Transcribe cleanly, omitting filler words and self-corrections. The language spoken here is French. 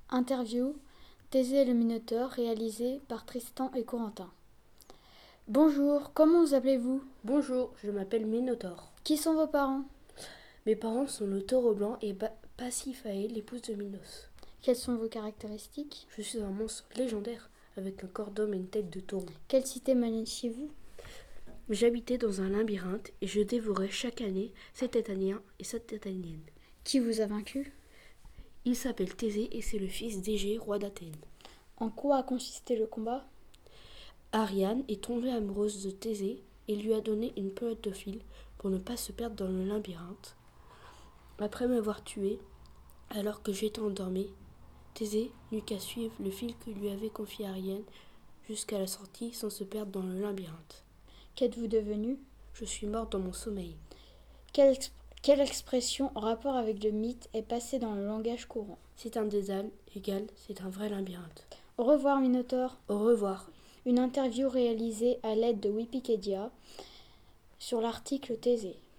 Interview Thésée et le Minotaure réalisé par Tristan et Corentin. Bonjour, comment vous appelez-vous? Bonjour, je m'appelle Minotaure. Qui sont vos parents? Mes parents sont le taureau blanc et Pasiphae, l'épouse de Minos. Quelles sont vos caractéristiques? Je suis un monstre légendaire avec un corps d'homme et une tête de taureau. Quelle cité maniez-vous? J'habitais dans un labyrinthe et je dévorais chaque année 7 Athéniens et 7 Athéniennes. Qui vous a vaincu? Il s'appelle Thésée et c'est le fils d'Égée, roi d'Athènes. En quoi a consisté le combat? Ariane est tombée amoureuse de Thésée et lui a donné une pelote de fil pour ne pas se perdre dans le labyrinthe. Après m'avoir tué, alors que j'étais endormi, Thésée n'eut qu'à suivre le fil que lui avait confié Ariane jusqu'à la sortie sans se perdre dans le labyrinthe. Qu'êtes-vous devenu? Je suis mort dans mon sommeil. Quelle expression en rapport avec le mythe est passée dans le langage courant? C'est un dédale, égal, c'est un vrai labyrinthe. Au revoir Minotaure. Au revoir. Une interview réalisée à l'aide de Wikipédia sur l'article Thésée.